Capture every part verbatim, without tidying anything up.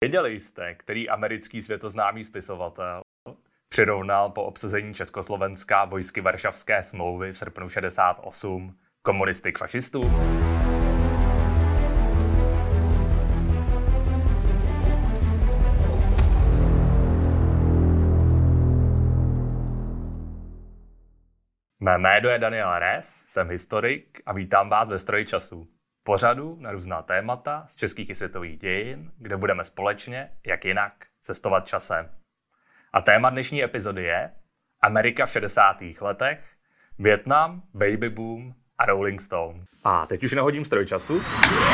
Věděli jste, který americký světoznámý spisovatel přirovnal po obsazení Československa vojsky Varšavské smlouvy v srpnu šedesát osm komunisty k fašistům? Mé jméno je Daniel Res, jsem historik a vítám vás ve Stroji času. Pořadu na různá témata z českých i světových dějin, kde budeme společně, jak jinak, cestovat časem. A téma dnešní epizody je Amerika v šedesátých letech, Vietnam, baby boom a Rolling Stone. A teď už nahodím stroj času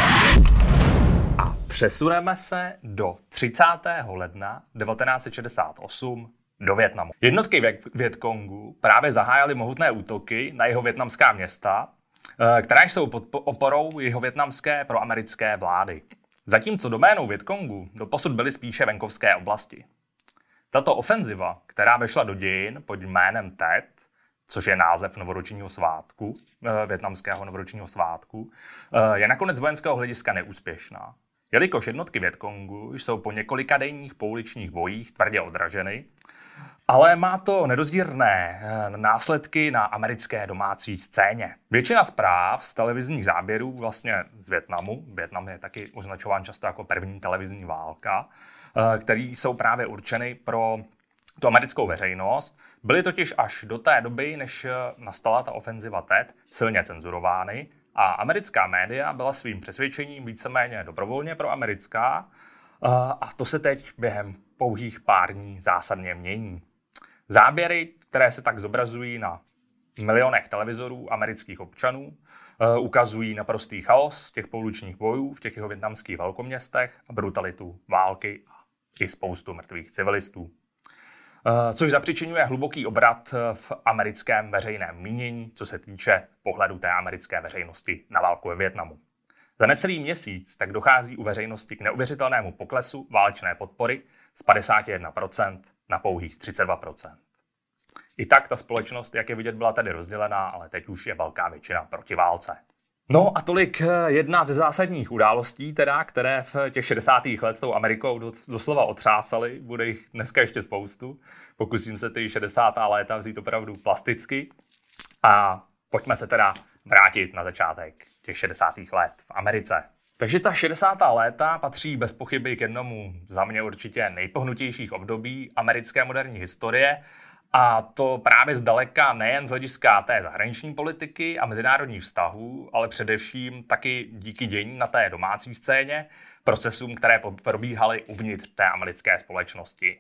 a přesuneme se do třicátého ledna devatenáct set šedesát osm do Vietnamu. Jednotky Vietkongu právě zahájily mohutné útoky na jeho vietnamská města, která jsou pod oporou jihovietnamské proamerické vlády. Zatímco doménou Vietkongu doposud byly spíše venkovské oblasti. Tato ofenziva, která vešla do dějin pod jménem Tet, což je název novoročního svátku, vietnamského novoročního svátku, je nakonec z vojenského hlediska neúspěšná. Jelikož jednotky Vietkongu jsou po několika denních pouličních bojích tvrdě odraženy, ale má to nedozdírné následky na americké domácí scéně. Většina zpráv z televizních záběrů vlastně z Vietnamu, Vietnam je taky označován často jako první televizní válka, které jsou právě určeny pro tu americkou veřejnost, byly totiž až do té doby, než nastala ta ofenziva Tet, silně cenzurovány a americká média byla svým přesvědčením víceméně dobrovolně proamerická a to se teď během pouhých pár dní zásadně mění. Záběry, které se tak zobrazují na milionech televizorů amerických občanů, ukazují naprostý chaos těch pouličních bojů v těch jeho vietnamských velkoměstech a brutalitu války a i spoustu mrtvých civilistů. Což zapříčiňuje hluboký obrat v americkém veřejném mínění, co se týče pohledu té americké veřejnosti na válku ve Vietnamu. Za necelý měsíc tak dochází u veřejnosti k neuvěřitelnému poklesu válečné podpory z padesát jedna procent na pouhých třicet dva procent. I tak ta společnost, jak je vidět, byla tady rozdělená, ale teď už je velká většina proti válce. No a tolik jedna ze zásadních událostí, teda, které v těch šedesátých let s tou Amerikou doslova otřásaly. Bude jich dneska ještě spoustu. Pokusím se ty šedesátá léta vzít opravdu plasticky. A pojďme se teda vrátit na začátek těch šedesátých let v Americe. Takže ta šedesátá léta patří bez pochyby k jednomu za mě určitě nejpohnutějších období americké moderní historie. A to právě zdaleka nejen z hlediska té zahraniční politiky a mezinárodních vztahů, ale především taky díky dění na té domácí scéně, procesům, které probíhaly uvnitř té americké společnosti.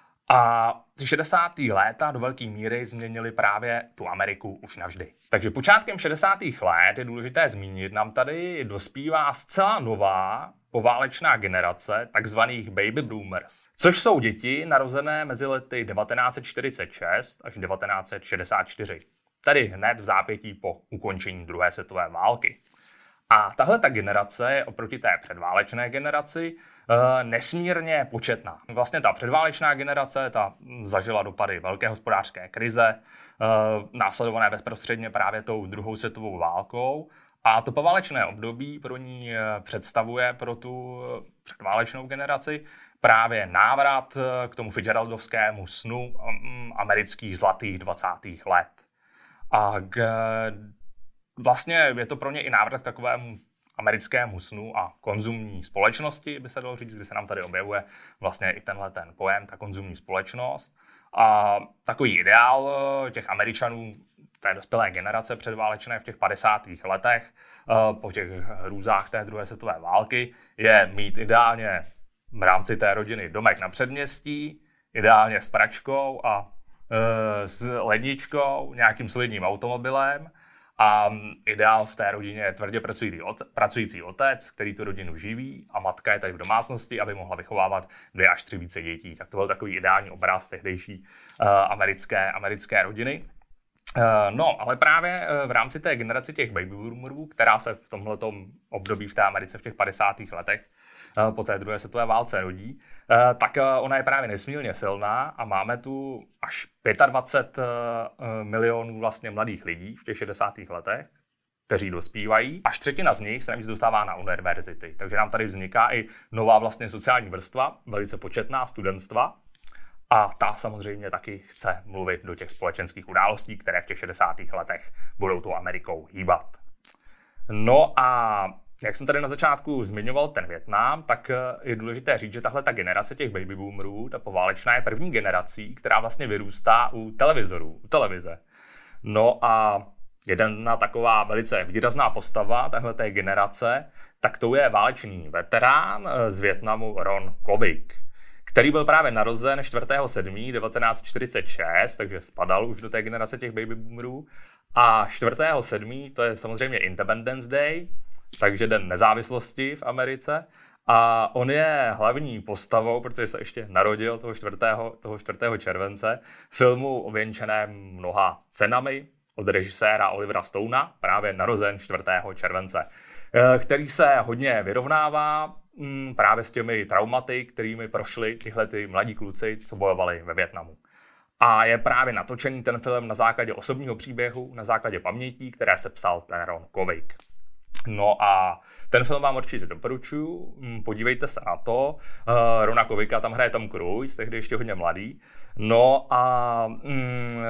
A ty šedesátá léta do velké míry změnily právě tu Ameriku už navždy. Takže počátkem šedesátých let je důležité zmínit, nám tady dospívá zcela nová poválečná generace takzvaných baby boomers, což jsou děti narozené mezi lety devatenáct set čtyřicet šest až devatenáct set šedesát čtyři, tedy hned v zápětí po ukončení druhé světové války. A tahle ta generace je oproti té předválečné generaci e, nesmírně početná. Vlastně ta předválečná generace ta zažila dopady velké hospodářské krize, e, následované bezprostředně právě tou druhou světovou válkou. A to poválečné období pro ní představuje pro tu předválečnou generaci právě návrat k tomu Fitzgeraldovskému snu amerických zlatých dvacátých let. A k, vlastně je to pro ně i návrat k takovému americkému snu a konzumní společnosti, by se dalo říct, kdy se nám tady objevuje vlastně i tenhle ten pojem, ta konzumní společnost. A takový ideál těch Američanů, té dospělé generace předválečné v těch padesátých letech, po těch hrůzách té druhé světové války, je mít ideálně v rámci té rodiny domek na předměstí, ideálně s pračkou a e, s ledničkou, nějakým solidním automobilem. A ideál v té rodině je tvrdě pracující otec, pracující otec, který tu rodinu živí, a matka je tady v domácnosti, aby mohla vychovávat dvě až tři více dětí. Tak to byl takový ideální obraz tehdejší uh, americké, americké rodiny. Uh, no, ale právě uh, v rámci té generace těch baby boomerů, která se v tomhletom období v té Americe v těch padesátých letech uh, po té druhé světové válce rodí, uh, tak uh, ona je právě nesmírně silná a máme tu až dvacet pět uh, milionů vlastně mladých lidí v těch šedesátých letech, kteří dospívají. Až třetina z nich se navíc dostává na univerzity. Takže nám tady vzniká i nová vlastně sociální vrstva, velice početná studentstva. A ta samozřejmě taky chce mluvit do těch společenských událostí, které v těch šedesátých letech budou tou Amerikou hýbat. No a jak jsem tady na začátku zmiňoval ten Vietnam, tak je důležité říct, že tahle ta generace těch baby boomerů, ta poválečná, je první generací, která vlastně vyrůstá u televizorů, u televize. No a jedna taková velice výrazná postava téhleté generace, tak to je válečný veterán z Vietnamu Ron Kovic, který byl právě narozen čtvrtého sedmého devatenáct čtyřicet šest, takže spadal už do té generace těch baby boomerů. A čtvrtého sedmého to je samozřejmě Independence Day, takže den nezávislosti v Americe. A on je hlavní postavou, protože se ještě narodil toho čtvrtého, toho čtvrtého července, filmu ověnčeném mnoha cenami od režiséra Olivera Stonea, právě narozen čtvrtého července, který se hodně vyrovnává právě s těmi traumaty, kterými prošli tyhle ty mladí kluci, co bojovali ve Vietnamu. A je právě natočený ten film na základě osobního příběhu, na základě pamětí, které sepsal ten Ron Kovic. No a ten film vám určitě doporučuji, podívejte se na to. Uh, Rona Kovica tam hraje Tom Cruise, tehdy ještě hodně mladý. No a mm,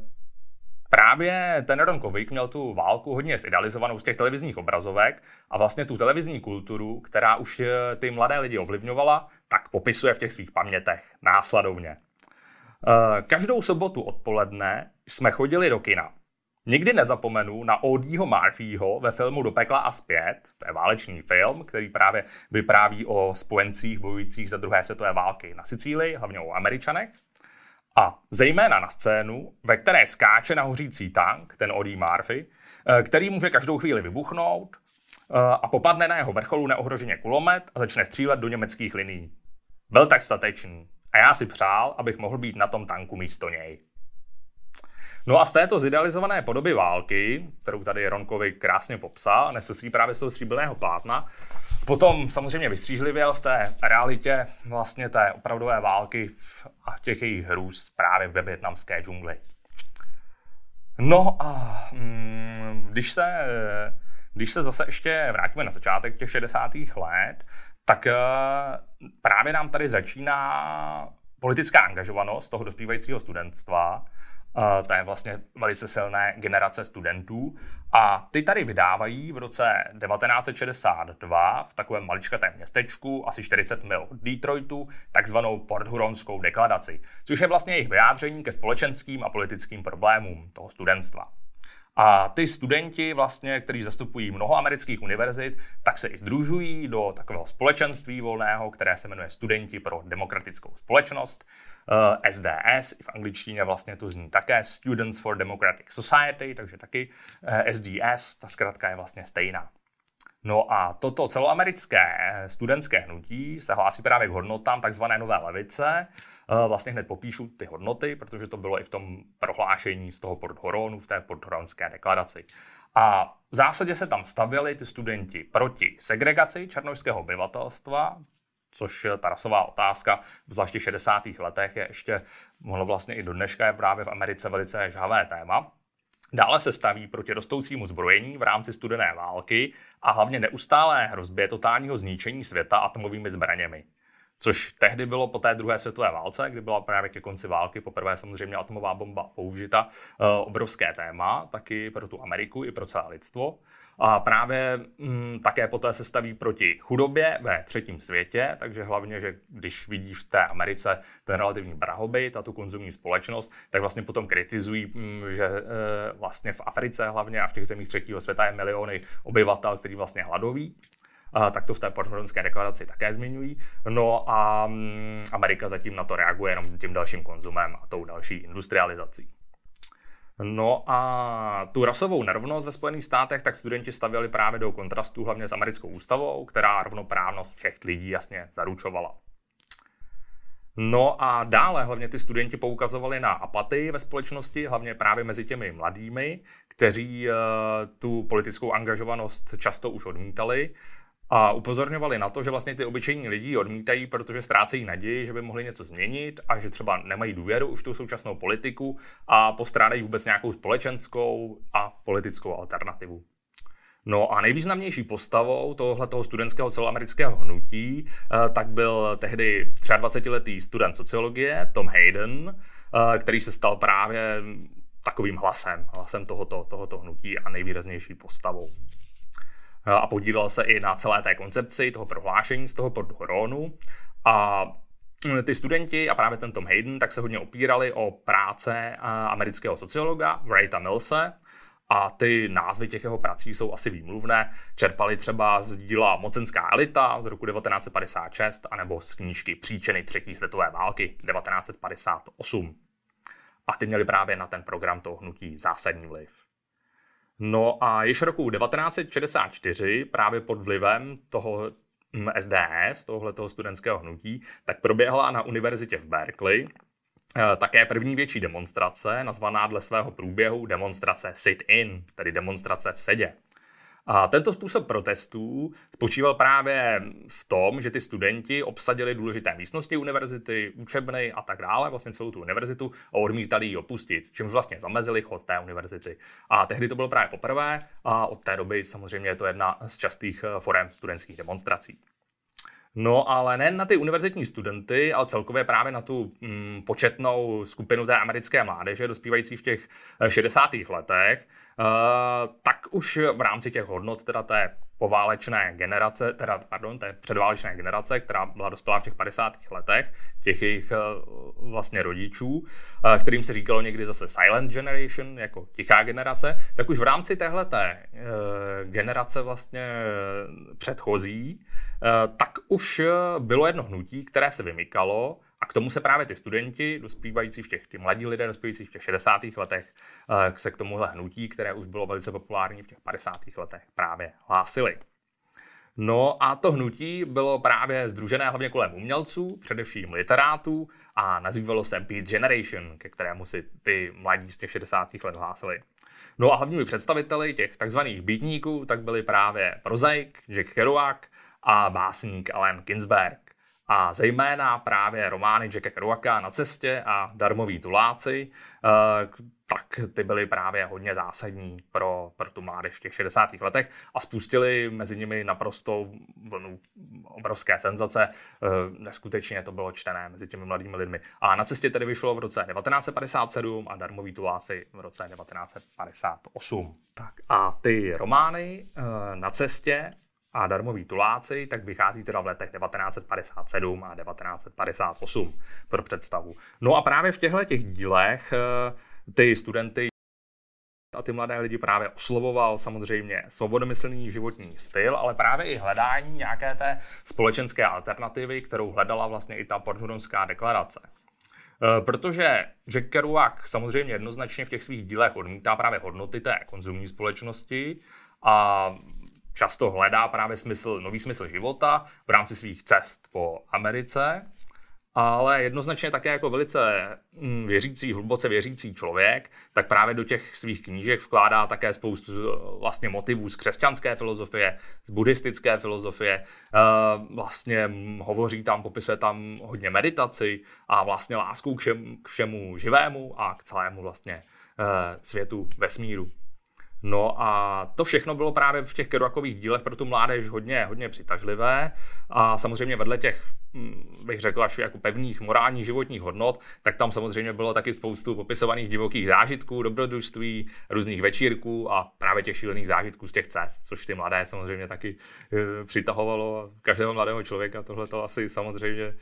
právě ten Ron Kovic měl tu válku hodně zidealizovanou z těch televizních obrazovek a vlastně tu televizní kulturu, která už ty mladé lidi ovlivňovala, tak popisuje v těch svých pamětech následovně. Každou sobotu odpoledne jsme chodili do kina. Nikdy nezapomenu na Odieho Murphyho ve filmu Do pekla a zpět, to je válečný film, který právě vypráví o spojencích bojujících za druhé světové války na Sicílii, hlavně o Američanech. A zejména na scénu, ve které skáče na hořící tank, ten Odie Murphy, který může každou chvíli vybuchnout a popadne na jeho vrcholu neohroženě kulomet a začne střílet do německých linií. Byl tak statečný a já si přál, abych mohl být na tom tanku místo něj. No a z této zidealizované podoby války, kterou tady Ron Kovic krásně popsal, nese si právě z toho stříbrného plátna, potom samozřejmě vystřízlivěl v té realitě vlastně té opravdové války a těch jejich hrůz právě ve vietnamské džungli. No a mm, když, se, když se zase ještě vrátíme na začátek těch šedesátých let, tak právě nám tady začíná politická angažovanost toho dospívajícího studentstva. To je vlastně velice silné generace studentů. A ty tady vydávají v roce devatenáct set šedesát dva v takovém maličkatém městečku, asi čtyřicet mil od Detroitu, takzvanou Port-Huronskou deklaraci, což je vlastně jejich vyjádření ke společenským a politickým problémům toho studentstva. A ty studenti, vlastně, kteří zastupují mnoho amerických univerzit, tak se i sdružují do takového společenství volného, které se jmenuje Studenti pro demokratickou společnost, uh, S D S, i v angličtině vlastně to zní také Students for Democratic Society, takže taky uh, S D S, ta zkratka je vlastně stejná. No a toto celoamerické studentské hnutí se hlásí právě k hodnotám takzvané nové levice. Vlastně hned popíšu ty hodnoty, protože to bylo i v tom prohlášení z toho Port-Huronu, v té Port-Huronské deklaraci. A v zásadě se tam stavěli ty studenti proti segregaci černošského obyvatelstva, což ta rasová otázka, zvláště v šedesátých letech, je ještě, mohlo vlastně i do dneška, je právě v Americe velice žhavé téma. Dále se staví proti rostoucímu zbrojení v rámci studené války a hlavně neustálé hrozbě totálního zničení světa atomovými zbraněmi. Což tehdy bylo po té druhé světové válce, kdy byla právě ke konci války poprvé samozřejmě atomová bomba použita, obrovské téma, taky pro tu Ameriku i pro celé lidstvo. A právě m, také poté se staví proti chudobě ve třetím světě, takže hlavně, že když vidí v té Americe ten relativní blahobyt a tu konzumní společnost, tak vlastně potom kritizují, m, že e, vlastně v Africe hlavně a v těch zemích třetího světa je miliony obyvatel, kteří vlastně hladoví. A tak to v té Port-Huronské deklaraci také zmiňují. No a m, Amerika zatím na to reaguje jenom tím dalším konzumem a tou další industrializací. No a tu rasovou nerovnost ve Spojených státech tak studenti stavěli právě do kontrastu hlavně s americkou ústavou, která rovnoprávnost všech lidí jasně zaručovala. No a dále hlavně ty studenti poukazovali na apatii ve společnosti, hlavně právě mezi těmi mladými, kteří uh, tu politickou angažovanost často už odmítali. A upozorňovali na to, že vlastně ty obyčejní lidi odmítají, protože ztrácejí naději, že by mohli něco změnit a že třeba nemají důvěru už v tu současnou politiku a postrádají vůbec nějakou společenskou a politickou alternativu. No a nejvýznamnější postavou tohoto studentského celoamerického hnutí tak byl tehdy dvacetiletý student sociologie Tom Hayden, který se stal právě takovým hlasem, hlasem tohoto, tohoto hnutí a nejvýraznější postavou. A podílel se i na celé té koncepci toho prohlášení z toho Port-Huronu. A ty studenti a právě ten Tom Hayden tak se hodně opírali o práce amerického sociologa Wrighta Millse. A ty názvy těch jeho prací jsou asi výmluvné. Čerpali třeba z díla Mocenská elita z roku devatenáct set padesát šest anebo z knížky Příčiny třetí světové války devatenáct set padesát osm. A ty měli právě na ten program toho hnutí zásadní vliv. No a již roku devatenáct set šedesát čtyři právě pod vlivem toho S D S, tohoto studentského hnutí, tak proběhla na univerzitě v Berkeley také první větší demonstrace, nazvaná dle svého průběhu demonstrace sit-in, tedy demonstrace v sedě. A tento způsob protestů spočíval právě v tom, že ty studenti obsadili důležité místnosti univerzity, učebny a tak dále, vlastně celou tu univerzitu a odmítali ji opustit, čímž vlastně zamezili chod té univerzity. A tehdy to bylo právě poprvé a od té doby samozřejmě je to jedna z častých forem studentských demonstrací. No ale ne na ty univerzitní studenty, ale celkově právě na tu mm, početnou skupinu té americké mládeže, dospívající v těch šedesátých letech, uh, tak už v rámci těch hodnot teda té poválečné generace, teda pardon, té předválečné generace, která byla dospělá v těch padesátých letech, těch jejich uh, vlastně rodičů, uh, kterým se říkalo někdy zase silent generation, jako tichá generace, tak už v rámci téhleté uh, generace vlastně předchozí, tak už bylo jedno hnutí, které se vymykalo a k tomu se právě ty studenti, dospívající v těch, ty mladí lidé, dospívající v těch šedesátých letech, se k tomuhle hnutí, které už bylo velice populární v těch padesátých letech, právě hlásili. No a to hnutí bylo právě sdružené hlavně kolem umělců, především literátů a nazývalo se Beat Generation, ke kterému si ty mladí z těch šedesátých let hlásili. No a hlavními představiteli těch takzvaných beatníků tak byli právě prozaik Jack Kerouac a básník Allen Ginsberg. A zejména právě romány Jacka Kerouaca Na cestě a Darmoví tuláci, tak ty byly právě hodně zásadní pro, pro tu mládež v těch šedesátých letech a spustili mezi nimi naprosto vlnu obrovské senzace. Neskutečně to bylo čtené mezi těmi mladými lidmi. A Na cestě tedy vyšlo v roce devatenáct set padesát sedm a Darmoví tuláci v roce devatenáct set padesát osm. Tak a ty romány Na cestě a Darmoví tuláci tak vychází teda v letech devatenáct set padesát sedm a devatenáct set padesát osm pro představu. No a právě v těchto těch dílech ty studenty a ty mladé lidi právě oslovoval samozřejmě svobodomyslný životní styl, ale právě i hledání nějaké té společenské alternativy, kterou hledala vlastně i ta Port-Huronská deklarace. Protože Jack Kerouac samozřejmě jednoznačně v těch svých dílech odmítá právě hodnoty té konzumní společnosti a často hledá právě smysl, nový smysl života v rámci svých cest po Americe, ale jednoznačně také jako velice věřící, hluboce věřící člověk, tak právě do těch svých knížek vkládá také spoustu vlastně motivů z křesťanské filozofie, z buddhistické filozofie, vlastně hovoří tam, popisuje tam hodně meditaci a vlastně lásku k všemu, k všemu živému a k celému vlastně světu, vesmíru. No a to všechno bylo právě v těch Kerouacových dílech pro tu mládež hodně, hodně přitažlivé a samozřejmě vedle těch, bych řekl, až jako pevných morálních životních hodnot, tak tam samozřejmě bylo taky spoustu popisovaných divokých zážitků, dobrodružství, různých večírků a právě těch šílených zážitků z těch cest, což ty mladé samozřejmě taky e, přitahovalo. Každého mladého člověka tohle to asi samozřejmě e,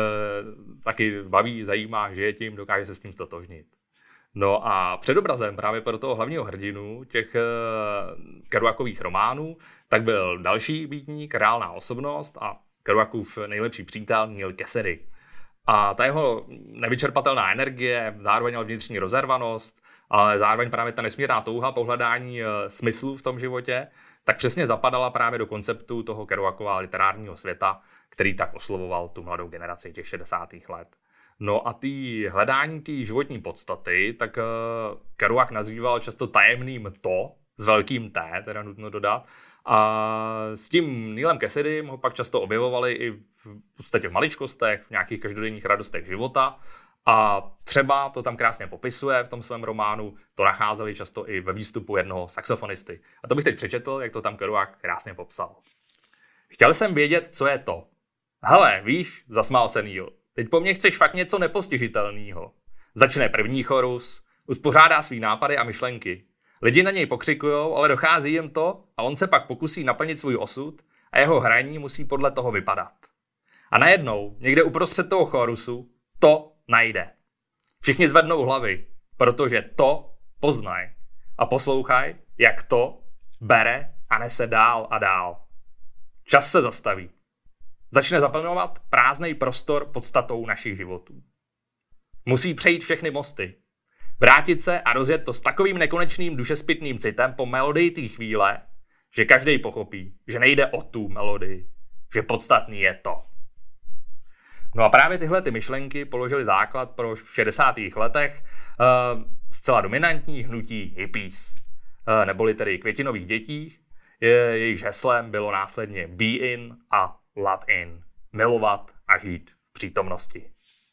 taky baví, zajímá, žije tím, dokáže se s tím ztotožnit. No a předobrazem právě pro toho hlavního hrdinu těch uh, Kerouacových románů tak byl další beatník, reálná osobnost a Kerouacův nejlepší přítel Neil Cassady. A ta jeho nevyčerpatelná energie, zároveň ale vnitřní rozervanost, ale zároveň právě ta nesmírná touha po hledání uh, smyslu v tom životě, tak přesně zapadala právě do konceptu toho Kerouacova literárního světa, který tak oslovoval tu mladou generaci těch šedesátých let. No a ty hledání té životní podstaty, tak uh, Kerouac nazýval často tajemným to, s velkým T, teda nutno dodat. A s tím Neilem Cassadym ho pak často objevovali i v podstatě v maličkostech, v nějakých každodenních radostech života. A třeba to tam krásně popisuje v tom svém románu, to nacházeli často i ve výstupu jednoho saxofonisty. A to bych teď přečetl, jak to tam Kerouac krásně popsal. Chtěl jsem vědět, co je to. Hele, víš, zasmál se Neil, teď po mně chceš fakt něco nepostižitelného. Začne první chorus, uspořádá svý nápady a myšlenky. Lidi na něj pokřikujou, ale dochází jim to a on se pak pokusí naplnit svůj osud a jeho hraní musí podle toho vypadat. A najednou, někde uprostřed toho chorusu, to najde. Všichni zvednou hlavy, protože to poznaj. A poslouchaj, jak to bere a nese dál a dál. Čas se zastaví. Začne zaplňovat prázdnej prostor podstatou našich životů. Musí přejít všechny mosty. Vrátit se a rozjet to s takovým nekonečným dušespitným citem po melodii té chvíle, že každej pochopí, že nejde o tu melodii, že podstatný je to. No a právě tyhle ty myšlenky položily základ pro v šedesátých letech uh, zcela dominantní hnutí hippies, uh, neboli tedy květinových dětí, je, jejichž heslem bylo následně be in a love in, milovat a žít v přítomnosti.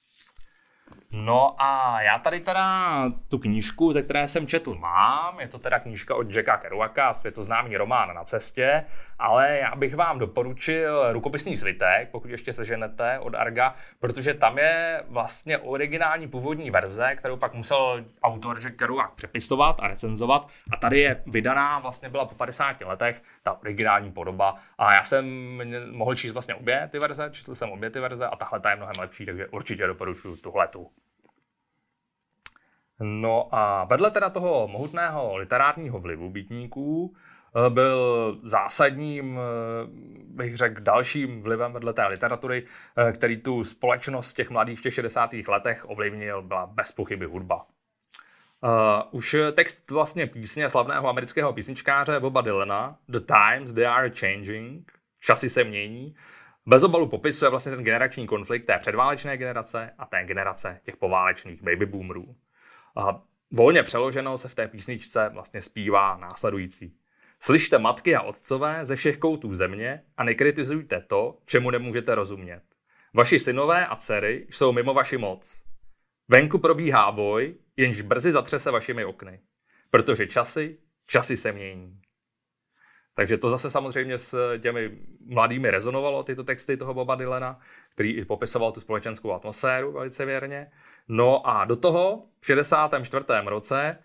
No a já tady teda tu knížku, ze které jsem četl, mám. Je to teda knížka od Jacka Kerouaca, světoznámý román Na cestě, ale já bych vám doporučil rukopisný svitek, pokud ještě seženete od Arga, protože tam je vlastně originální původní verze, kterou pak musel autor Jack Kerouac přepisovat a recenzovat. A tady je vydaná, vlastně byla po padesáti letech, ta originální podoba. A já jsem mohl číst vlastně obě ty verze, četl jsem obě ty verze a tahle ta je mnohem lepší, takže určitě doporučuji tuhletu. No a vedle teda toho mohutného literárního vlivu Beatniků byl zásadním, bych řekl, dalším vlivem vedle té literatury, který tu společnost těch mladých v těch šedesátých letech ovlivnil, byla bez pochyby hudba. Uh, už text vlastně písně slavného amerického písničkáře Boba Dylana The Times They Are Changing, časy se mění, bez obalu popisuje vlastně ten generační konflikt té předválečné generace a té generace těch poválečných baby boomerů. A volně přeloženo se v té písničce vlastně zpívá následující. Slyšte matky a otcové ze všech koutů země a nekritizujte to, čemu nemůžete rozumět. Vaši synové a dcery jsou mimo vaši moc. Venku probíhá boj, jenž brzy zatřese vašimi okny. Protože časy, časy se mění. Takže to zase samozřejmě s těmi mladými rezonovalo, tyto texty toho Boba Dylana, který i popisoval tu společenskou atmosféru velice věrně. No a do toho v šedesátém čtvrtém roce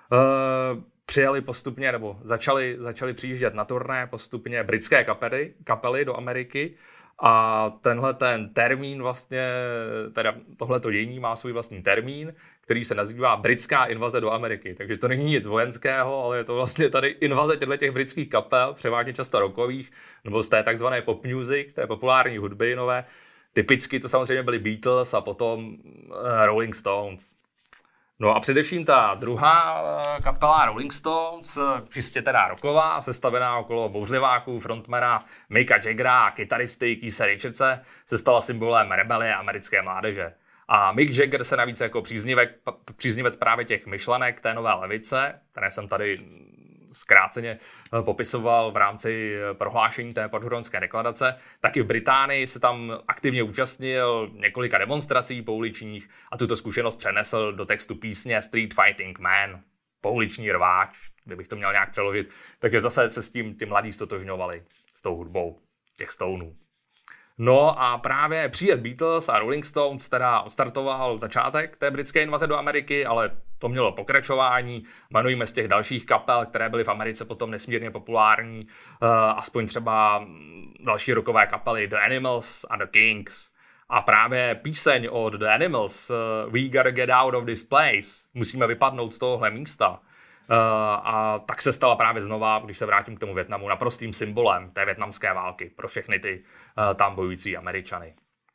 uh, přijeli postupně, nebo začali, začali přijíždět na turné postupně britské kapely, kapely do Ameriky a tenhle ten termín vlastně, teda tohleto dění má svůj vlastní termín, který se nazývá britská invaze do Ameriky. Takže to není nic vojenského, ale je to vlastně tady invaze těch britských kapel, převážně často rockových, nebo z té takzvané pop music, té populární hudby nové. Typicky to samozřejmě byly Beatles a potom Rolling Stones. No a především ta druhá kapela Rolling Stones, čistě teda rocková, sestavená okolo bouřliváků, frontmana Micka Jaggera a kytaristy Keitha Richardse, se stala symbolem rebelie americké mládeže. A Mick Jagger se navíc jako příznivec, příznivec právě těch myšlenek té nové levice, které jsem tady zkráceně popisoval v rámci prohlášení té podhuronské deklarace, tak i v Británii se tam aktivně účastnil několika demonstrací pouličních a tuto zkušenost přenesl do textu písně Street Fighting Man, pouliční rváč, kdybych to měl nějak přeložit. Takže zase se s tím ty mladí stotožňovali, s tou hudbou těch Stoneů. No a právě příjezd Beatles a Rolling Stones teda odstartoval začátek té britské invaze do Ameriky, ale to mělo pokračování. Jmenujeme z těch dalších kapel, které byly v Americe potom nesmírně populární, uh, aspoň třeba další rockové kapely The Animals a The Kings. A právě píseň od The Animals, uh, We Gotta Get Out of This Place, musíme vypadnout z tohohle místa, Uh, a tak se stala právě znova, když se vrátím k tomu Vietnamu, naprostým symbolem té vietnamské války pro všechny ty uh, tam bojující Američany.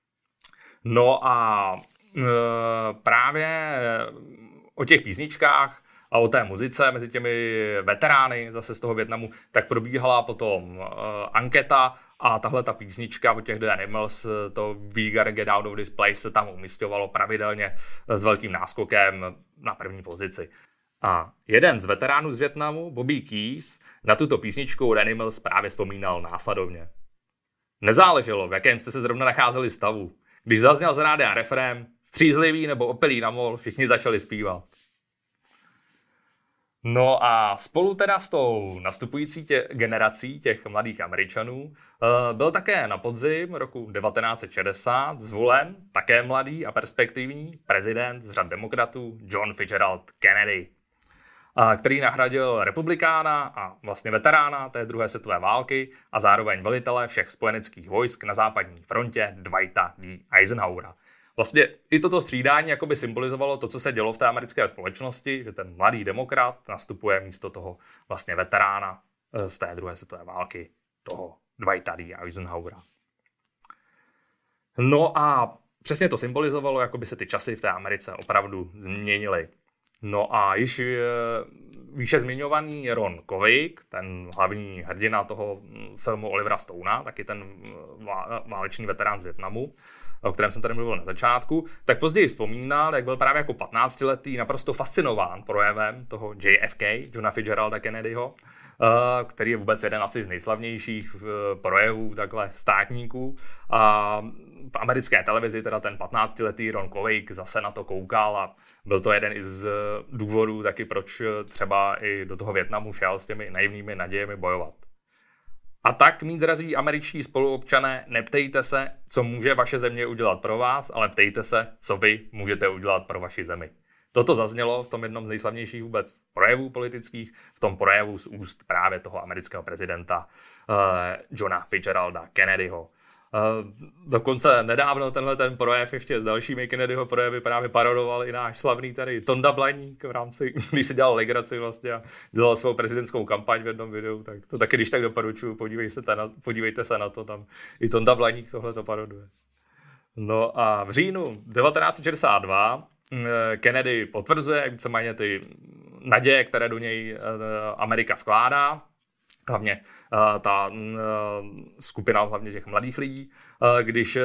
No a uh, právě o těch písničkách a o té muzice mezi těmi veterány zase z toho Vietnamu, tak probíhala potom uh, anketa a tahle ta písnička od těch The Animals, to We Gotta Get Out of This Place, se tam umisťovalo pravidelně s velkým náskokem na první pozici. A jeden z veteránů z Vietnamu, Bobby Keys, na tuto písničku The Animals právě vzpomínal následovně. Nezáleželo, v jakém jste se zrovna nacházeli stavu. Když zazněl z rádia refrém, střízlivý nebo opilý na mol, všichni začali zpívat. No a spolu teda s tou nastupující tě, generací těch mladých Američanů uh, byl také na podzim roku devatenáct set šedesát zvolen také mladý a perspektivní prezident z řad demokratů John Fitzgerald Kennedy, uh, který nahradil republikána a vlastně veterána té druhé světové války a zároveň velitele všech spojeneckých vojsk na západní frontě Dwighta D. Eisenhowera. Vlastně i toto střídání jakoby symbolizovalo to, co se dělo v té americké společnosti, že ten mladý demokrat nastupuje místo toho vlastně veterána z té druhé světové války, toho Dwighta D. Eisenhowera. No a přesně to symbolizovalo, jako by se ty časy v té Americe opravdu změnily. No a již výše zmiňovaný Ron Kovic, ten hlavní hrdina toho filmu Olivera Stonea, taky ten válečný veterán z Vietnamu, o kterém jsem tady mluvil na začátku, tak později vzpomínal, jak byl právě jako patnáctiletý naprosto fascinován projevem toho J F K, Johna Fitzgeralda Kennedyho, který je vůbec jeden asi z nejslavnějších projevů takhle státníků. A v americké televizi teda ten patnáctiletý Ron Kovic zase na to koukal a byl to jeden i z důvodů taky, proč třeba i do toho Vietnamu šel s těmi naivnými nadějemi bojovat. A tak, mí drazí američtí spoluobčané, neptejte se, co může vaše země udělat pro vás, ale ptejte se, co vy můžete udělat pro vaši zemi. Toto zaznělo v tom jednom z nejslavnějších vůbec projevů politických, v tom projevu z úst právě toho amerického prezidenta uh, Johna Fitzgeralda Kennedyho. Uh, dokonce nedávno tenhle ten projev ještě s dalšími Kennedyho projevy právě parodoval i náš slavný tady Tonda Blaník v rámci, když si dělal legraci vlastně a dělal svou prezidentskou kampaň v jednom videu, tak to taky když tak doporučuji, podívej se na, podívejte se na to, tam i Tonda Blaník tohle to paroduje. No a v říjnu devatenáct set šedesát dva Kennedy potvrzuje víceméně ty naděje, které do něj Amerika vkládá. Hlavně uh, ta uh, skupina hlavně těch mladých lidí, uh, když uh,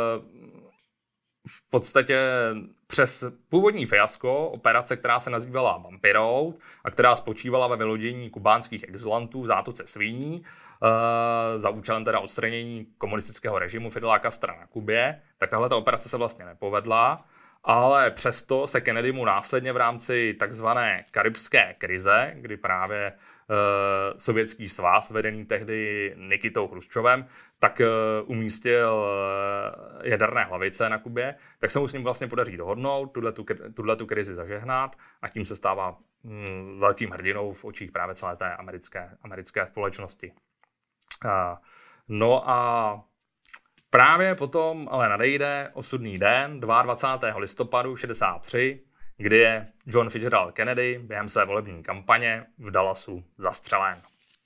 v podstatě přes původní fiasko operace, která se nazývala Bumpy Road a která spočívala ve vylodění kubánských exilantů v zátoce Svíní uh, za účelem teda odstranění komunistického režimu Fidela Castra na Kubě, tak tahle ta operace se vlastně nepovedla. Ale přesto se Kennedymu následně v rámci takzvané karibské krize, kdy právě e, Sovětský svaz, vedený tehdy Nikitou Chruščovem, tak e, umístil e, jaderné hlavice na Kubě, tak se mu s ním vlastně podaří dohodnout, tuhletu krizi zažehnat a tím se stává mm, velkým hrdinou v očích právě celé té americké, americké společnosti. E, no a právě potom ale nadejde osudný den dvacátého druhého listopadu šedesát tři, kdy je John Fitzgerald Kennedy během své volební kampaně v Dallasu zastřelen.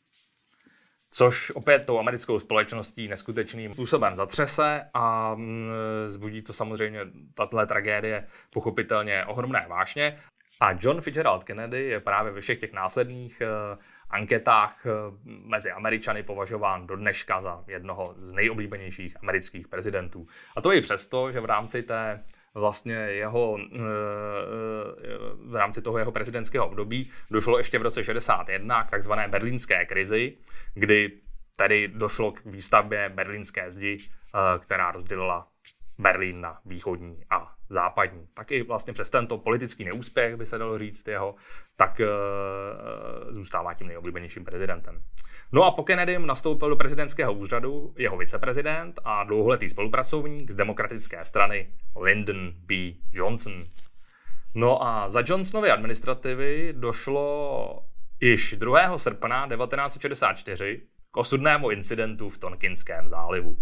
Což opět tou americkou společností neskutečným způsobem zatřese a zbudí to samozřejmě tato tragédie pochopitelně ohromné vášně. A John Fitzgerald Kennedy je právě ve všech těch následných uh, anketách uh, mezi Američany považován do dneška za jednoho z nejoblíbenějších amerických prezidentů. A to i přesto, že v rámci té vlastně jeho, uh, uh, v rámci toho jeho prezidentského období došlo ještě v roce šedesát jedna k takzvané berlínské krizi, kdy tedy došlo k výstavbě berlínské zdi, uh, která rozdělila Berlín na východní a západní. Taky vlastně přes tento politický neúspěch, by se dalo říct jeho, tak e, zůstává tím nejoblíbenějším prezidentem. No a po Kennedym nastoupil do prezidentského úřadu jeho viceprezident a dlouholetý spolupracovník z demokratické strany Lyndon B. Johnson. No a za Johnsonovy administrativy došlo již druhého srpna devatenáct set šedesát čtyři k osudnému incidentu v Tonkinském zálivu.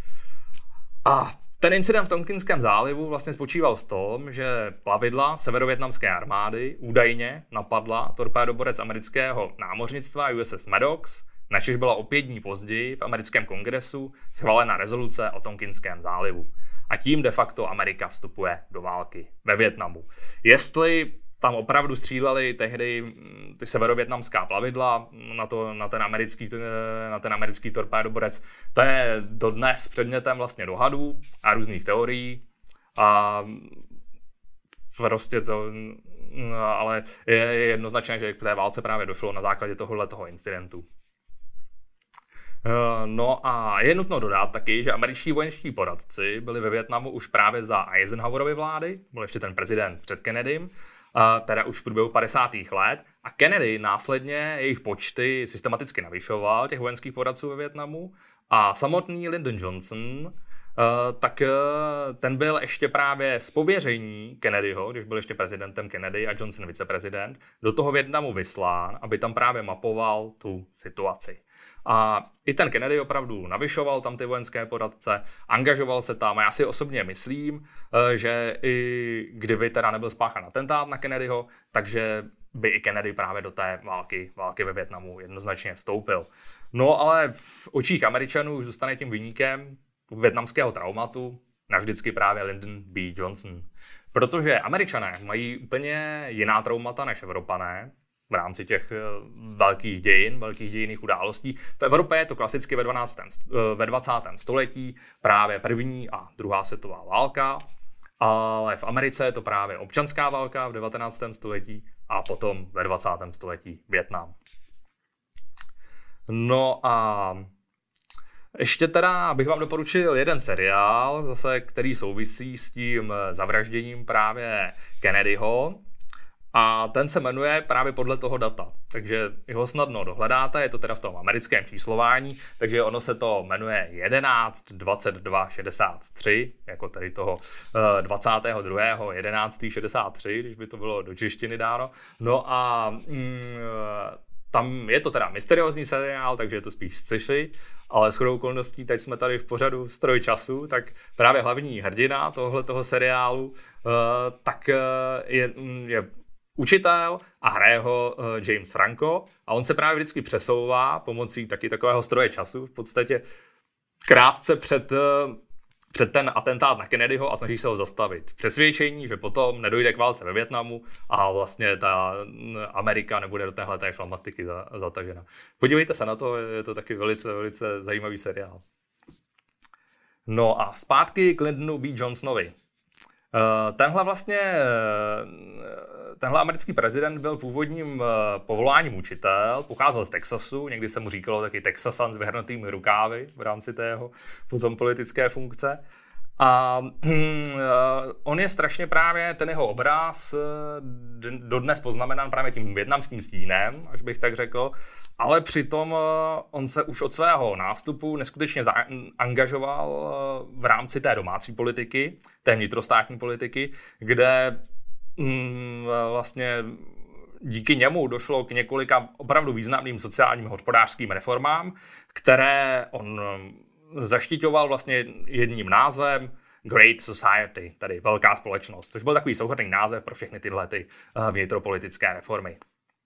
A ten incident v Tonkinském zálivu vlastně spočíval v tom, že plavidla severovietnamské armády údajně napadla torpédoborec amerického námořnictva U S S Maddox, načež byla o pět dní později v americkém kongresu schválena rezoluce o Tonkinském zálivu. A tím de facto Amerika vstupuje do války ve Vietnamu. Jestli tam opravdu stříleli tehdy ty severovietnamská plavidla na, to, na, ten americký, na ten americký torpédoborec, to je dodnes předmětem vlastně dohadů a různých teorií. A prostě to, ale je jednoznačné, že k té válce právě došlo na základě tohoto incidentu. No a je nutno dodat taky, že američtí vojenští poradci byli ve Vietnamu už právě za Eisenhowerovy vlády, byl ještě ten prezident před Kennedym, teda už v průběhu padesátých let, a Kennedy následně jejich počty systematicky navyšoval, těch vojenských poradců ve Vietnamu, a samotný Lyndon Johnson, tak ten byl ještě právě z pověření Kennedyho, když byl ještě prezidentem Kennedy a Johnson viceprezident, do toho Vietnamu vyslán, aby tam právě mapoval tu situaci. A i ten Kennedy opravdu navyšoval tam ty vojenské poradce, angažoval se tam a já si osobně myslím, že i kdyby teda nebyl spáchán atentát na Kennedyho, takže by i Kennedy právě do té války, války ve Vietnamu jednoznačně vstoupil. No ale v očích Američanů už zůstane tím viníkem vietnamského traumatu navždycky právě Lyndon B. Johnson. Protože Američané mají úplně jiná traumata než Evropané v rámci těch velkých dějin, velkých dějinných událostí. V Evropě je to klasicky ve, dvanáctém, ve dvacátém století právě první a druhá světová válka, ale v Americe je to právě občanská válka v devatenáctém století a potom ve dvacátém století Vietnam. No a ještě teda bych vám doporučil jeden seriál, zase, který souvisí s tím zavražděním právě Kennedyho. A ten se jmenuje právě podle toho data, takže ho snadno dohledáte, je to teda v tom americkém číslování, takže ono se to jmenuje jedenáct dvacet dva šedesát tři, jako tady toho dvacátého druhého jedenáctého šedesát tři, když by to bylo do češtiny dáno. No a mm, tam je to teda mysteriózní seriál, takže je to spíš sci-fi, ale shodou okolností, teď jsme tady v pořadu Stroj času, tak právě hlavní hrdina tohoto seriálu uh, tak uh, je, je učitel a hraje ho uh, James Franco a on se právě vždycky přesouvá pomocí taky takového stroje času, v podstatě krátce před, uh, před ten atentát na Kennedyho a snaží se ho zastavit. Přesvědčení, že potom nedojde k válce ve Vietnamu a vlastně ta Amerika nebude do téhleté šlamastiky zatažena. Podívejte se na to, je to taky velice, velice zajímavý seriál. No a zpátky k Lyndonu B. Johnsonovi. Tenhle vlastně, tenhle americký prezident byl původním povoláním učitel, pocházel z Texasu, někdy se mu říkalo taky Texasan s vyhrnutými rukávy v rámci tého potom politické funkce. A on je strašně právě, ten jeho obraz dodnes poznamenán právě tím vietnamským stínem, až bych tak řekl, ale přitom on se už od svého nástupu neskutečně angažoval v rámci té domácí politiky, té vnitrostátní politiky, kde vlastně díky němu došlo k několika opravdu významným sociálním hospodářským reformám, které on zaštiťoval vlastně jedním názvem Great Society, tedy velká společnost, což byl takový souhrnný název pro všechny tyhle ty vnitropolitické reformy.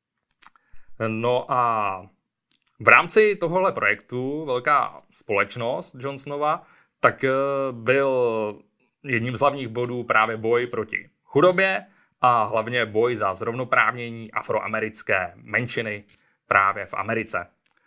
No a v rámci tohohle projektu Velká společnost Johnsonova tak byl jedním z hlavních bodů právě boj proti chudobě a hlavně boj za zrovnoprávnění afroamerické menšiny právě v Americe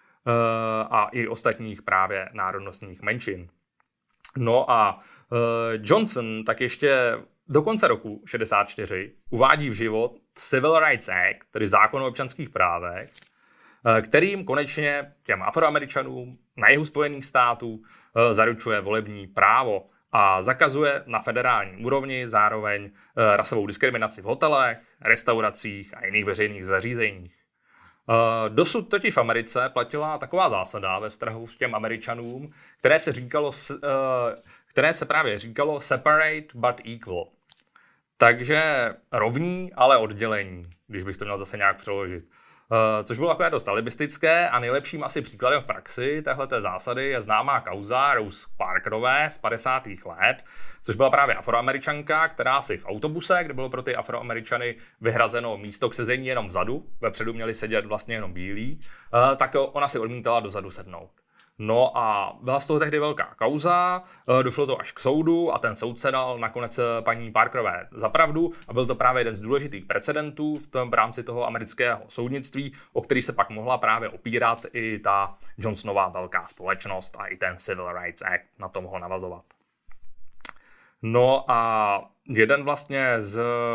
a i ostatních právě národnostních menšin. No a Johnson tak ještě do konce roku šedesát čtyři uvádí v život Civil Rights Act, tedy zákon o občanských právech, kterým konečně těm Afroameričanům na jihu Spojených států zaručuje volební právo a zakazuje na federální úrovni zároveň rasovou diskriminaci v hotelech, restauracích a jiných veřejných zařízeních. Dosud totiž v Americe platila taková zásada ve vztahu s těm Američanům, které se říkalo, které se právě říkalo separate but equal. Takže rovní, ale oddělení, když bych to měl zase nějak přeložit. Což bylo takové dost alibistické a nejlepším asi příkladem v praxi téhleté zásady je známá kauza Rose Parkerové z padesátých let, což byla právě Afroameričanka, která si v autobuse, kde bylo pro ty Afroameričany vyhrazeno místo k sezení jenom vzadu, vepředu měli sedět vlastně jenom bílí, tak ona si odmítala dozadu sednout. No a byla z toho tehdy velká kauza, došlo to až k soudu a ten soudce dal nakonec paní Parkerové za pravdu a byl to právě jeden z důležitých precedentů v tom v rámci toho amerického soudnictví, o který se pak mohla právě opírat i ta Johnsonova velká společnost a i ten Civil Rights Act na to mohl navazovat. No a jeden vlastně z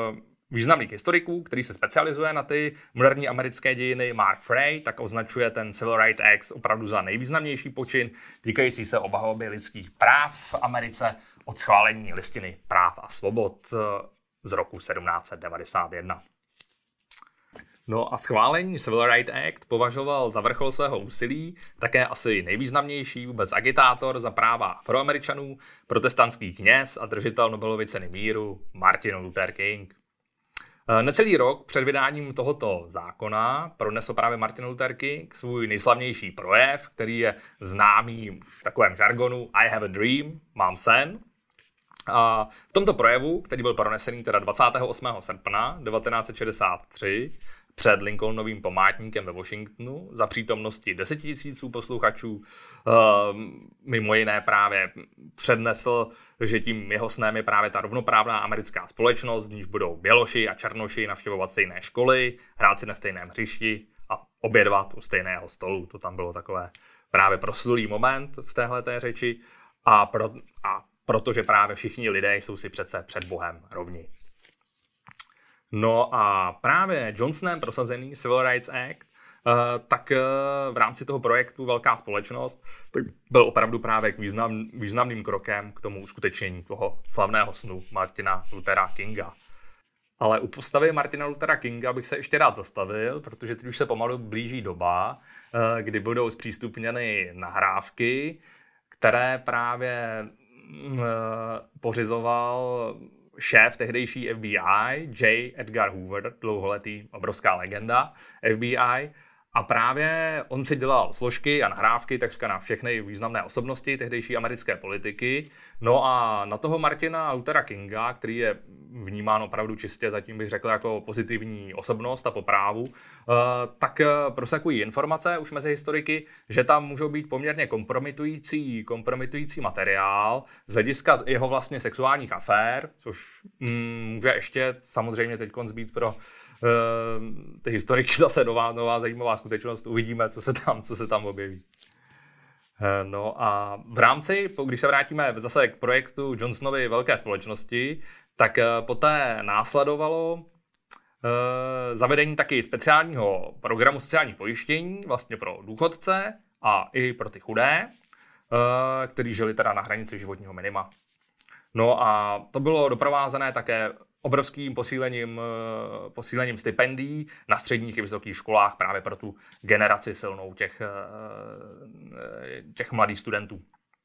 významných historiků, který se specializuje na ty moderní americké dějiny, Mark Frey, tak označuje ten Civil Rights Act opravdu za nejvýznamnější počin týkající se obhajoby lidských práv v Americe od schválení listiny práv a svobod z roku sedmnáct set devadesát jedna. No a schválení Civil Rights Act považoval za vrchol svého úsilí také asi nejvýznamnější vůbec agitátor za práva Afroameričanů, protestantský kněz a držitel Nobelovy ceny míru Martin Luther King. Necelý rok před vydáním tohoto zákona pronesl právě Martin Luther King svůj nejslavnější projev, který je známý v takovém žargonu I have a dream, mám sen. A v tomto projevu, který byl pronesený teda dvacátého osmého srpna devatenáct set šedesát tři před Lincolnovým památníkem ve Washingtonu za přítomnosti desetitisíců posluchačů, mimo jiné právě přednesl, že tím jeho snem je právě ta rovnoprávná americká společnost, v níž budou běloši a černoši navštěvovat stejné školy, hrát si na stejném hřišti a obědvat u stejného stolu. To tam bylo takové právě proslulý moment v téhleté řeči a, pro, a protože právě všichni lidé jsou si přece před Bohem rovni. No a právě Johnsonem prosazený Civil Rights Act, tak v rámci toho projektu Velká společnost tak byl opravdu právě význam, významným krokem k tomu uskutečnění toho slavného snu Martina Luthera Kinga. Ale u postavy Martina Luthera Kinga bych se ještě rád zastavil, protože teď už se pomalu blíží doba, kdy budou zpřístupněny nahrávky, které právě pořizoval šéf tehdejší F B I, J. Edgar Hoover, dlouholetý obrovská legenda F B I. A právě on si dělal složky a nahrávky takřka na všechny významné osobnosti tehdejší americké politiky. No a na toho Martina Luthera Kinga, který je vnímán opravdu čistě, zatím bych řekl, jako pozitivní osobnost a po právu, tak prosakují informace už mezi historiky, že tam můžou být poměrně kompromitující, kompromitující materiál z hlediska jeho vlastně sexuálních afér, což mm, může ještě samozřejmě teď být pro uh, ty historiky zase nová, nová zajímavá skutečnost. Uvidíme, co se tam, co se tam objeví. No a v rámci, když se vrátíme zase k projektu Johnsonovy Velké společnosti, tak poté následovalo uh, zavedení taky speciálního programu sociálních pojištění vlastně pro důchodce a i pro ty chudé, uh, kteří žili teda na hranici životního minima. No a to bylo doprovázené také obrovským posílením, posílením stipendií na středních i vysokých školách právě pro tu generaci silnou těch, těch mladých studentů.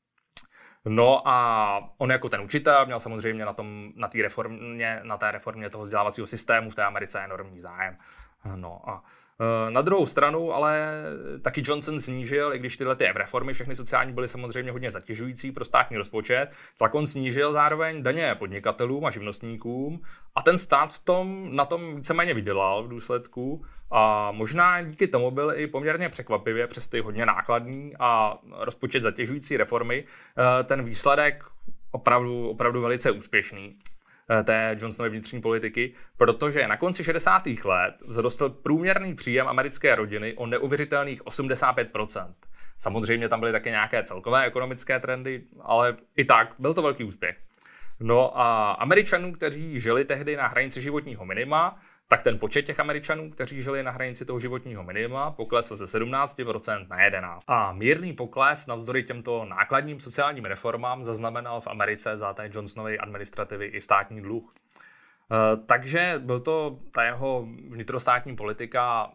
No a on jako ten učitel měl samozřejmě na, tom, na, té reformě, na té reformě toho vzdělávacího systému v té Americe enormní zájem. No a na druhou stranu ale taky Johnson snížil, i když tyhle ty reformy všechny sociální byly samozřejmě hodně zatěžující pro státní rozpočet, tak on snížil zároveň daně podnikatelům a živnostníkům a ten stát v tom, na tom víceméně vydělal v důsledku a možná díky tomu byl i poměrně překvapivě přes ty hodně nákladní a rozpočet zatěžující reformy ten výsledek opravdu, opravdu velice úspěšný té Johnsonovy vnitřní politiky, protože na konci šedesátých let vzrostl průměrný příjem americké rodiny o neuvěřitelných osmdesát pět procent. Samozřejmě tam byly také nějaké celkové ekonomické trendy, ale i tak byl to velký úspěch. No a Američanů, kteří žili tehdy na hranici životního minima, tak ten počet těch Američanů, kteří žili na hranici toho životního minima, poklesl ze sedmnáct procent na jedenáct procent. A mírný pokles navzdory těmto nákladním sociálním reformám zaznamenal v Americe za té Johnsonovy administrativy i státní dluh. E, takže byl to ta jeho vnitrostátní politika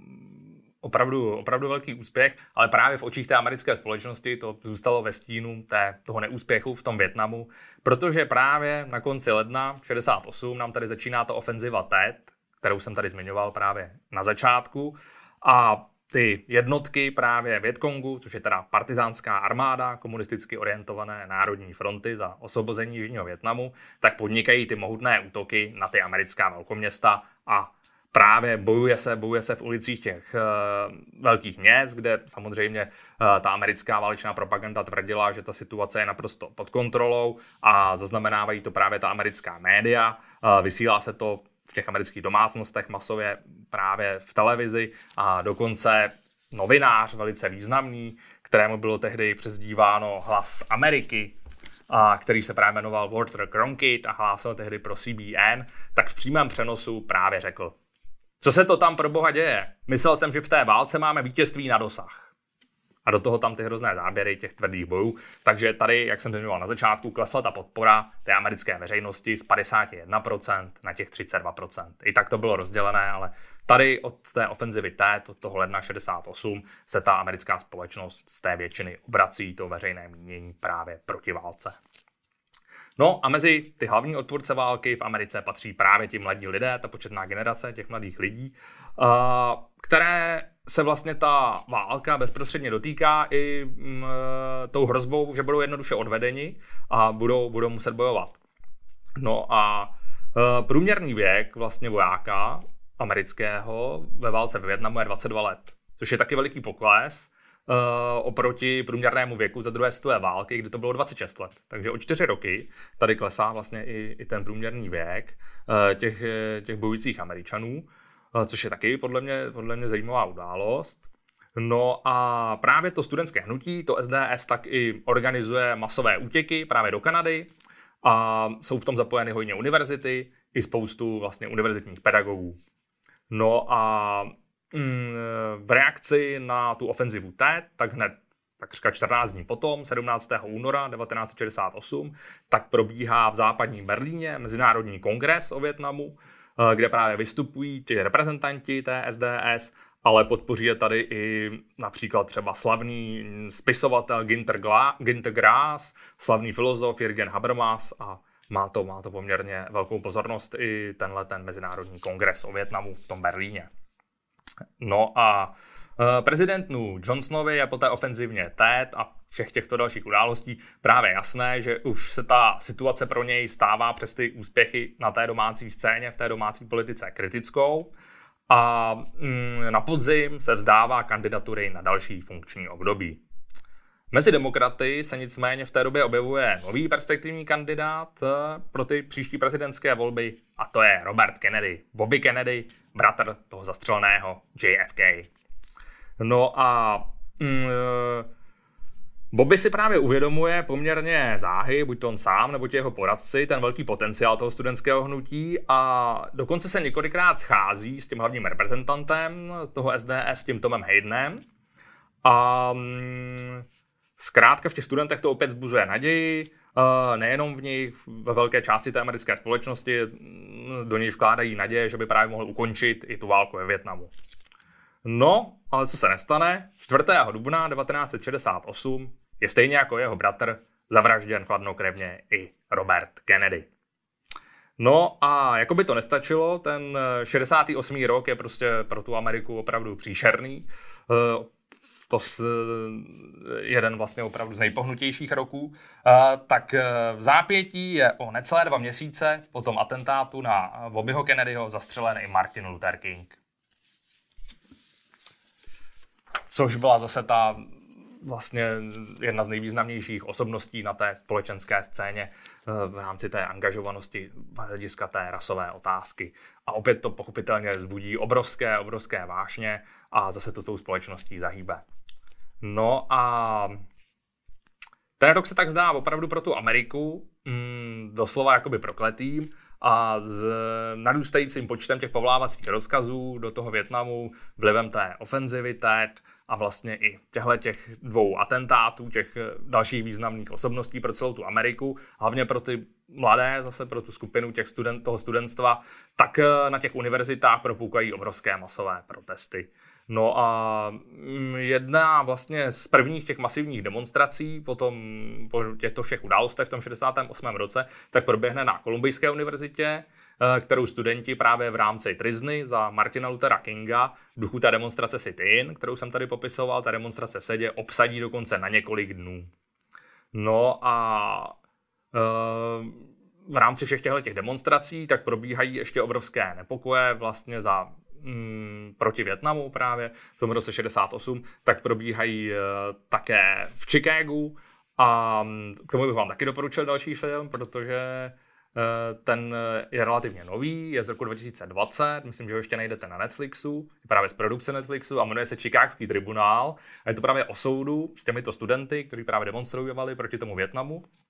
opravdu, opravdu velký úspěch, ale právě v očích té americké společnosti to zůstalo ve stínu té, toho neúspěchu v tom Vietnamu, protože právě na konci ledna šedesát osm nám tady začíná ta ofenziva Tet, kterou jsem tady zmiňoval právě na začátku. A ty jednotky právě Vietkongu, což je teda partizánská armáda komunisticky orientované národní fronty za osvobození Jižního Vietnamu, tak podnikají ty mohutné útoky na ty americká velkoměsta a právě bojuje se, bojuje se v ulicích těch uh, velkých měst, kde samozřejmě uh, ta americká válečná propaganda tvrdila, že ta situace je naprosto pod kontrolou a zaznamenávají to právě ta americká média. Uh, vysílá se to v těch amerických domácnostech masově právě v televizi a dokonce novinář velice významný, kterému bylo tehdy přezdíváno Hlas Ameriky, a který se právě jmenoval Walter Cronkite a hlásil tehdy pro C B N, tak v přímém přenosu právě řekl: co se to tam pro boha děje? Myslel jsem, že v té válce máme vítězství na dosah. A do toho tam ty hrozné záběry těch tvrdých bojů. Takže tady, jak jsem zmiňoval na začátku, klesla ta podpora té americké veřejnosti z padesát jedna procent na těch třicet dva procent. I tak to bylo rozdělené, ale tady od té ofenzivy T, od toho ledna šedesát osm, se ta americká společnost z té většiny obrací to veřejné mínění právě proti válce. No a mezi ty hlavní odpůrce války v Americe patří právě ti mladí lidé, ta početná generace těch mladých lidí, které se vlastně ta válka bezprostředně dotýká i mm, tou hrozbou, že budou jednoduše odvedeni a budou, budou muset bojovat. No a e, průměrný věk vlastně vojáka amerického ve válce ve Vietnamu je dvacet dva let, což je taky veliký pokles e, oproti průměrnému věku za druhé světové války, kdy to bylo dvacet šest let. Takže o čtyři roky tady klesá vlastně i, i ten průměrný věk e, těch, těch bojujících Američanů, což je taky podle mě, podle mě zajímavá událost. No a právě to studentské hnutí, to S D S, tak i organizuje masové útěky právě do Kanady a jsou v tom zapojeny hojně univerzity i spoustu vlastně univerzitních pedagogů. No a mm, v reakci na tu ofenzivu T, tak hned takřka čtrnáct dní potom, sedmnáctého února devatenáct set šedesát osm, tak probíhá v západním Berlíně Mezinárodní kongres o Vietnamu, kde právě vystupují ti reprezentanti té S D S, ale podpoří je tady i například třeba slavný spisovatel Günter, Gla- Günter Grass, slavný filozof Jürgen Habermas a má to, má to poměrně velkou pozornost i tenhle ten Mezinárodní kongres o Vietnamu v tom Berlíně. No a prezidentu Johnsonovi je po té ofenzivně T a všech těchto dalších událostí právě jasné, že už se ta situace pro něj stává přes ty úspěchy na té domácí scéně, v té domácí politice kritickou a mm, na podzim se vzdává kandidatury na další funkční období. Mezi demokraty se nicméně v té době objevuje nový perspektivní kandidát pro ty příští prezidentské volby a to je Robert Kennedy, Bobby Kennedy, bratr toho zastřeleného J F K. No a mm, Bobby si právě uvědomuje poměrně záhy, buď to on sám, nebo ti jeho poradci, ten velký potenciál toho studentského hnutí a dokonce se několikrát schází s tím hlavním reprezentantem toho S D S, tím Tomem Haydenem. A mm, zkrátka v těch studentech to opět vzbuzuje naději, nejenom v nich, ve velké části té americké společnosti do něj vkládají naděje, že by právě mohl ukončit i tu válku ve Vietnamu. No, ale co se nestane, čtvrtého dubna devatenáct set šedesát osm je stejně jako jeho bratr zavražděn chladnokrevně i Robert Kennedy. No a jako by to nestačilo, ten šedesátý osmý rok je prostě pro tu Ameriku opravdu příšerný. To je jeden vlastně opravdu z nejpohnutějších roků. Tak v zápětí je o necelé dva měsíce po tom atentátu na Bobbyho Kennedyho zastřelen i Martin Luther King. Což byla zase ta vlastně jedna z nejvýznamnějších osobností na té společenské scéně v rámci té angažovanosti hlediska té rasové otázky. A opět to pochopitelně vzbudí obrovské, obrovské vášně a zase to tou společností zahýbe. No a ten rok se tak zdá opravdu pro tu Ameriku mm, doslova jakoby prokletým a s narůstajícím počtem těch povlávacích rozkazů do toho Vietnamu, vlivem té ofenzivy T a vlastně i těchto těch dvou atentátů, těch dalších významných osobností pro celou tu Ameriku, hlavně pro ty mladé, zase pro tu skupinu těch student, toho studentstva, tak na těch univerzitách propoukají obrovské masové protesty. No a jedna vlastně z prvních těch masivních demonstrací potom po těchto všech událostech v tom šedesátém osmém roce tak proběhne na Kolumbijské univerzitě, kterou studenti právě v rámci tryzny za Martina Luthera Kinga v duchu té demonstrace Sit-in, kterou jsem tady popisoval, ta demonstrace v sedě, obsadí dokonce na několik dnů. No a v rámci všech těchto těch demonstrací tak probíhají ještě obrovské nepokoje vlastně za mm, proti Vietnamu právě v tom roce šedesát osm, tak probíhají uh, také v Chicagu a k tomu bych vám taky doporučil další film, protože uh, ten je relativně nový, je z roku dva tisíce dvacet, myslím, že ho ještě najdete na Netflixu, je právě z produkce Netflixu a jmenuje se Chicagský tribunál a je to právě o soudu s těmito studenty, kteří právě demonstrovali proti tomu Vietnamu.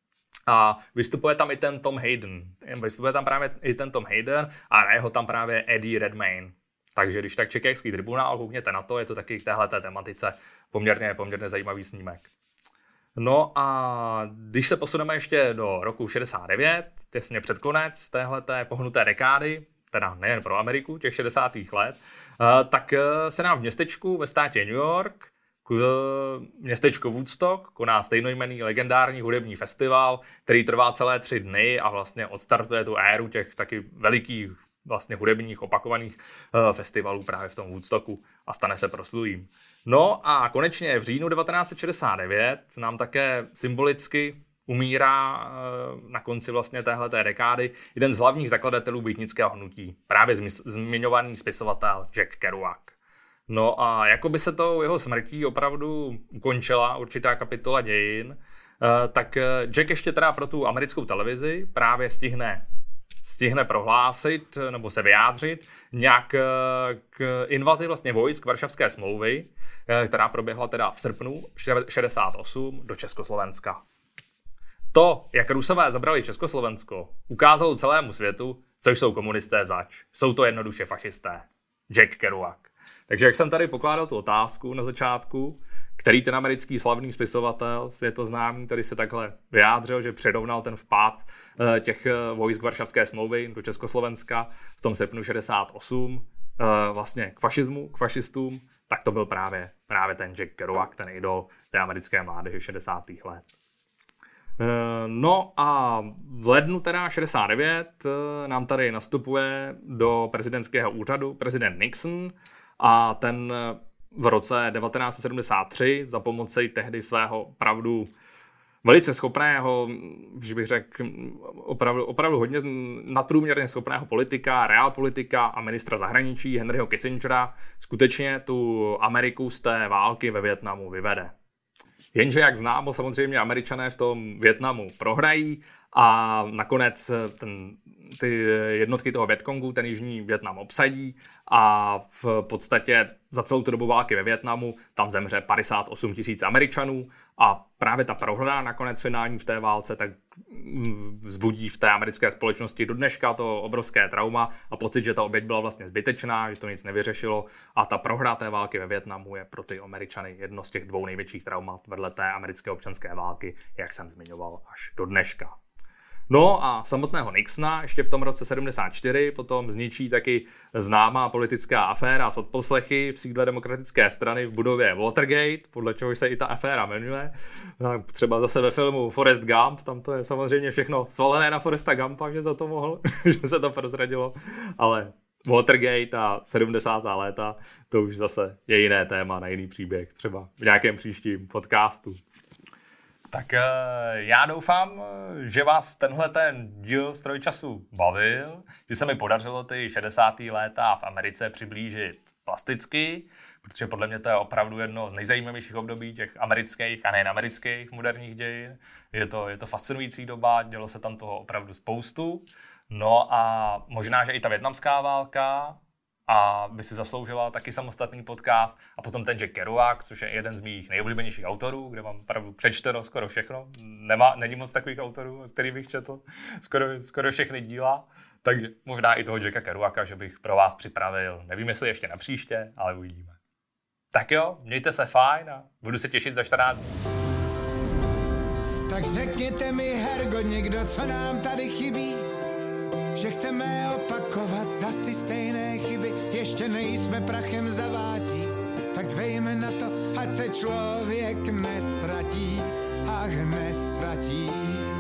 A vystupuje tam i ten Tom Hayden. Vystupuje tam právě i ten Tom Hayden a hraje ho tam právě Eddie Redmayne. Takže když tak Chicagský tribunál, koukněte na to, je to taky k téhleté tematice poměrně, poměrně zajímavý snímek. No a když se posuneme ještě do roku šedesát devět, těsně před konec téhleté pohnuté dekády, teda nejen pro Ameriku, těch šedesátých let, tak se nám v městečku ve státě New York, městečko Woodstock, koná stejnojmenný legendární hudební festival, který trvá celé tři dny a vlastně odstartuje tu éru těch taky velikých vlastně hudebních opakovaných festivalů právě v tom Woodstocku a stane se proslulým. No a konečně v říjnu devatenáct set šedesát devět nám také symbolicky umírá na konci vlastně téhleté dekády jeden z hlavních zakladatelů beatnického hnutí, právě zmiňovaný spisovatel Jack Kerouac. No a jako by se to jeho smrtí opravdu ukončila určitá kapitola dějin, tak Jack ještě teda pro tu americkou televizi právě stihne stihne prohlásit nebo se vyjádřit nějak k invazi vlastně vojsk Varšavské smlouvy, která proběhla teda v srpnu šedesát osm do Československa. To, jak Rusové zabrali Československo, ukázalo celému světu, co jsou komunisté zač. Jsou to jednoduše fašisté. Jack Kerouac. Takže jak jsem tady pokládal tu otázku na začátku, který ten americký slavný spisovatel, světoznámý, který se takhle vyjádřil, že přirovnal ten vpád těch vojsk Varšavské smlouvy do Československa v tom srpnu šedesát osm vlastně k fašismu, k fašistům, tak to byl právě, právě ten Jack Kerouac, ten idol té americké mládeže šedesátých let. No a v lednu teda šedesát devět nám tady nastupuje do prezidentského úřadu prezident Nixon a ten v roce devatenáct set sedmdesát tři za pomoci tehdy svého opravdu velice schopného, když bych řekl, opravdu, opravdu hodně nadprůměrně schopného politika, realpolitika a ministra zahraničí Henryho Kissingera skutečně tu Ameriku z té války ve Vietnamu vyvede. Jenže, jak známo, samozřejmě Američané v tom Vietnamu prohrají a nakonec ten, ty jednotky toho Vietkongu ten jižní Vietnam obsadí a v podstatě za celou tu dobu války ve Vietnamu tam zemře padesát osm tisíc Američanů a právě ta prohra nakonec finální v té válce tak vzbudí v té americké společnosti do dneška to obrovské trauma a pocit, že ta oběť byla vlastně zbytečná, že to nic nevyřešilo a ta prohra té války ve Vietnamu je pro ty Američany jedno z těch dvou největších traumat vedle té americké občanské války, jak jsem zmiňoval, až do dneška. No a samotného Nixona ještě v tom roce sedmdesát čtyři potom zničí taky známá politická aféra s odposlechy v sídle demokratické strany v budově Watergate, podle čehož se i ta aféra jmenuje. Třeba zase ve filmu Forrest Gump, tam to je samozřejmě všechno svalené na Forresta Gumpa, že za to mohl, že se to prozradilo, ale Watergate a sedmdesátá léta, to už zase je jiné téma na jiný příběh, třeba v nějakém příštím podcastu. Tak já doufám, že vás tenhle ten díl Stroj času bavil, že se mi podařilo ty šedesátá léta v Americe přiblížit plasticky, protože podle mě to je opravdu jedno z nejzajímavějších období těch amerických a nejen amerických moderních dějin. Je to, je to fascinující doba, dělo se tam toho opravdu spoustu. No a možná, že i ta vietnamská válka a by si zasloužila taky samostatný podcast a potom ten Jack Kerouac, což je jeden z mých nejoblíbenějších autorů, kde mám opravdu přečteno skoro všechno. Nemá, není moc takových autorů, který bych četl skoro, skoro všechny díla, takže možná i toho Jacka Kerouaca, že bych pro vás připravil. Nevím, jestli ještě na příště, ale uvidíme. Tak jo, mějte se fajn a budu se těšit za čtrnáct dní. Tak řekněte mi, Hergo, někdo, co nám tady chybí, že chceme opakovat zas ty stejné chyby, ještě nejsme prachem zavátí, tak dbejme na to, ať se člověk nestratí, ach nestratí.